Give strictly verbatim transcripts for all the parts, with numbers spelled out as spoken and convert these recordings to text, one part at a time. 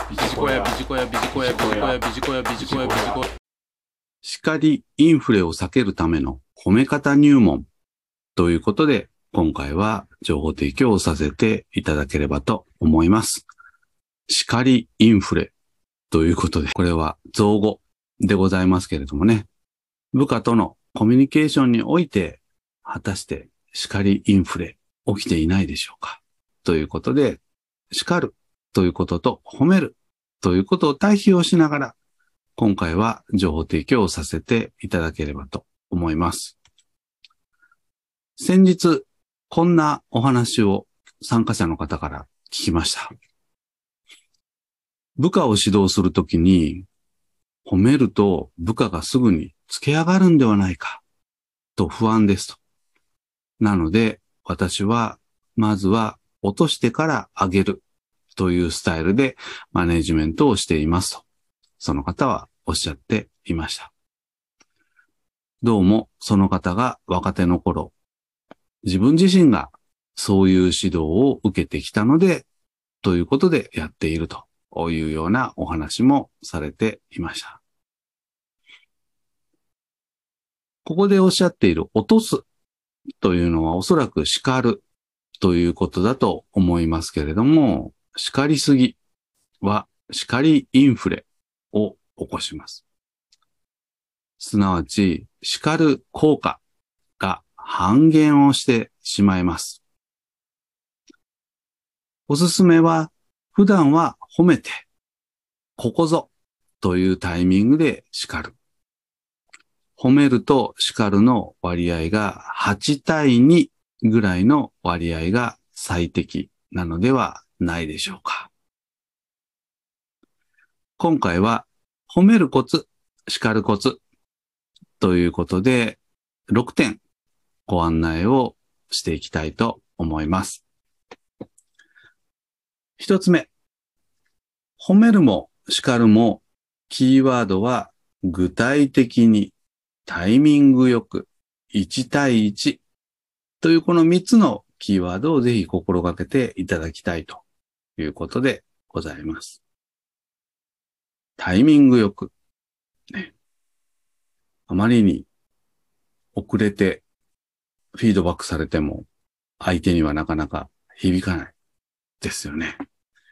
ビジコヤビジコヤビジコヤビジコヤビジコヤビジコヤビジコヤ。 叱りインフレを避けるための褒め方入門ということで、今回は情報提供をさせていただければと思います。叱りインフレということで、これは造語でございますけれどもね、部下とのコミュニケーションにおいて、果たして叱りインフレ起きていないでしょうかということで、叱るということと褒めるということを対比をしながら、今回は情報提供をさせていただければと思います。先日、こんなお話を参加者の方から聞きました。部下を指導するときに、褒めると部下がすぐにつけ上がるんではないかと不安ですと。なので、私はまずは落としてから上げるというスタイルでマネジメントをしていますと。その方はおっしゃっていました。どうもその方が若手の頃、自分自身がそういう指導を受けてきたので、ということでやっているというようなお話もされていました。ここでおっしゃっている落とすというのはおそらく叱るということだと思いますけれども、叱りすぎは叱りインフレを起こします。すなわち、叱る効果が半減をしてしまいます。おすすめは、普段は褒めて、ここぞというタイミングで叱る。褒めると叱るの割合がはちたいにぐらいの割合が最適なのではないでしょうか。今回は褒めるコツ、叱るコツということでろくてんご案内をしていきたいと思います。一つ目、褒めるも叱るもキーワードは具体的にタイミングよくいちたいいちというこのみっつのキーワードをぜひ心がけていただきたいということでございます。タイミングよく、ね。あまりに遅れてフィードバックされても相手にはなかなか響かないですよね。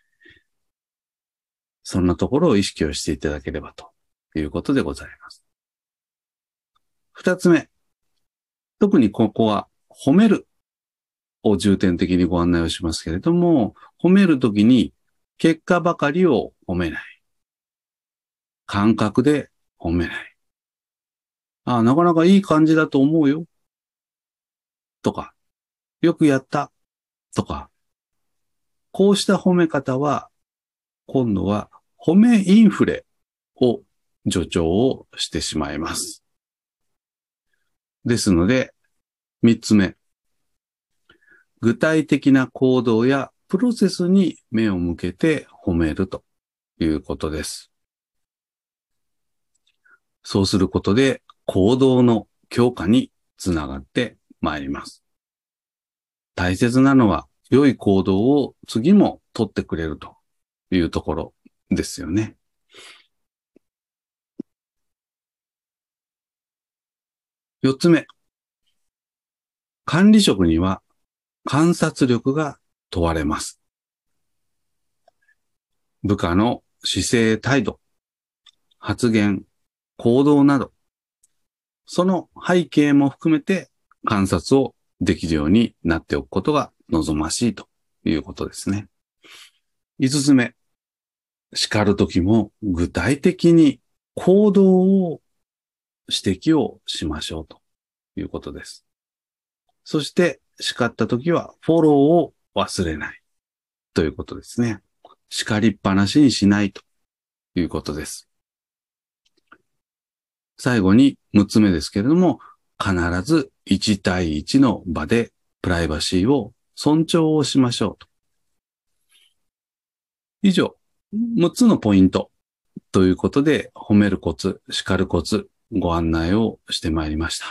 そんなところを意識をしていただければということでございます。二つ目。特にここは褒めるを重点的にご案内をしますけれども、褒めるときに結果ばかりを褒めない。感覚で褒めない。ああ、なかなかいい感じだと思うよ。とか、よくやった。とか、こうした褒め方は、今度は褒めインフレを助長をしてしまいます。ですので、三つ目。具体的な行動やプロセスに目を向けて褒めるということです。そうすることで行動の強化につながってまいります。大切なのは良い行動を次も取ってくれるというところですよね。四つ目。管理職には観察力が問われます。部下の姿勢、態度、発言、行動など、その背景も含めて観察をできるようになっておくことが望ましいということですね。五つ目。叱るときも具体的に行動を指摘をしましょうということです。そして叱ったときはフォローを忘れないということですね。叱りっぱなしにしないということです。最後にむつめですけれども、必ずいちたいいちの場でプライバシーを尊重をしましょうと。以上、むっつのポイントということで、褒めるコツ、叱るコツ、ご案内をしてまいりました。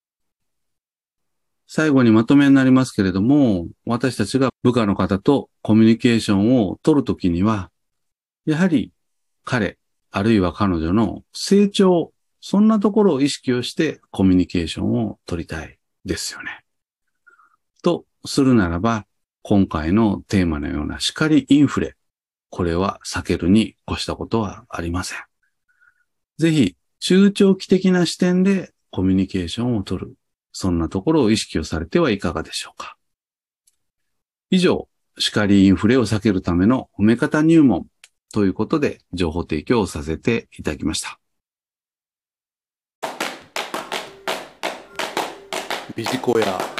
最後にまとめになりますけれども、私たちが部下の方とコミュニケーションを取るときには、 やはり彼、あるいは彼女の成長、そんなところを意識をしてコミュニケーションを取りたいですよね。とするならば、今回のテーマのような叱りインフレ、これは避けるに越したことはありません。ぜひ、中長期的な視点でコミュニケーションを取る。そんなところを意識をされてはいかがでしょうか。以上、叱りインフレを避けるための褒め方入門ということで情報提供をさせていただきました。 ビジコヤ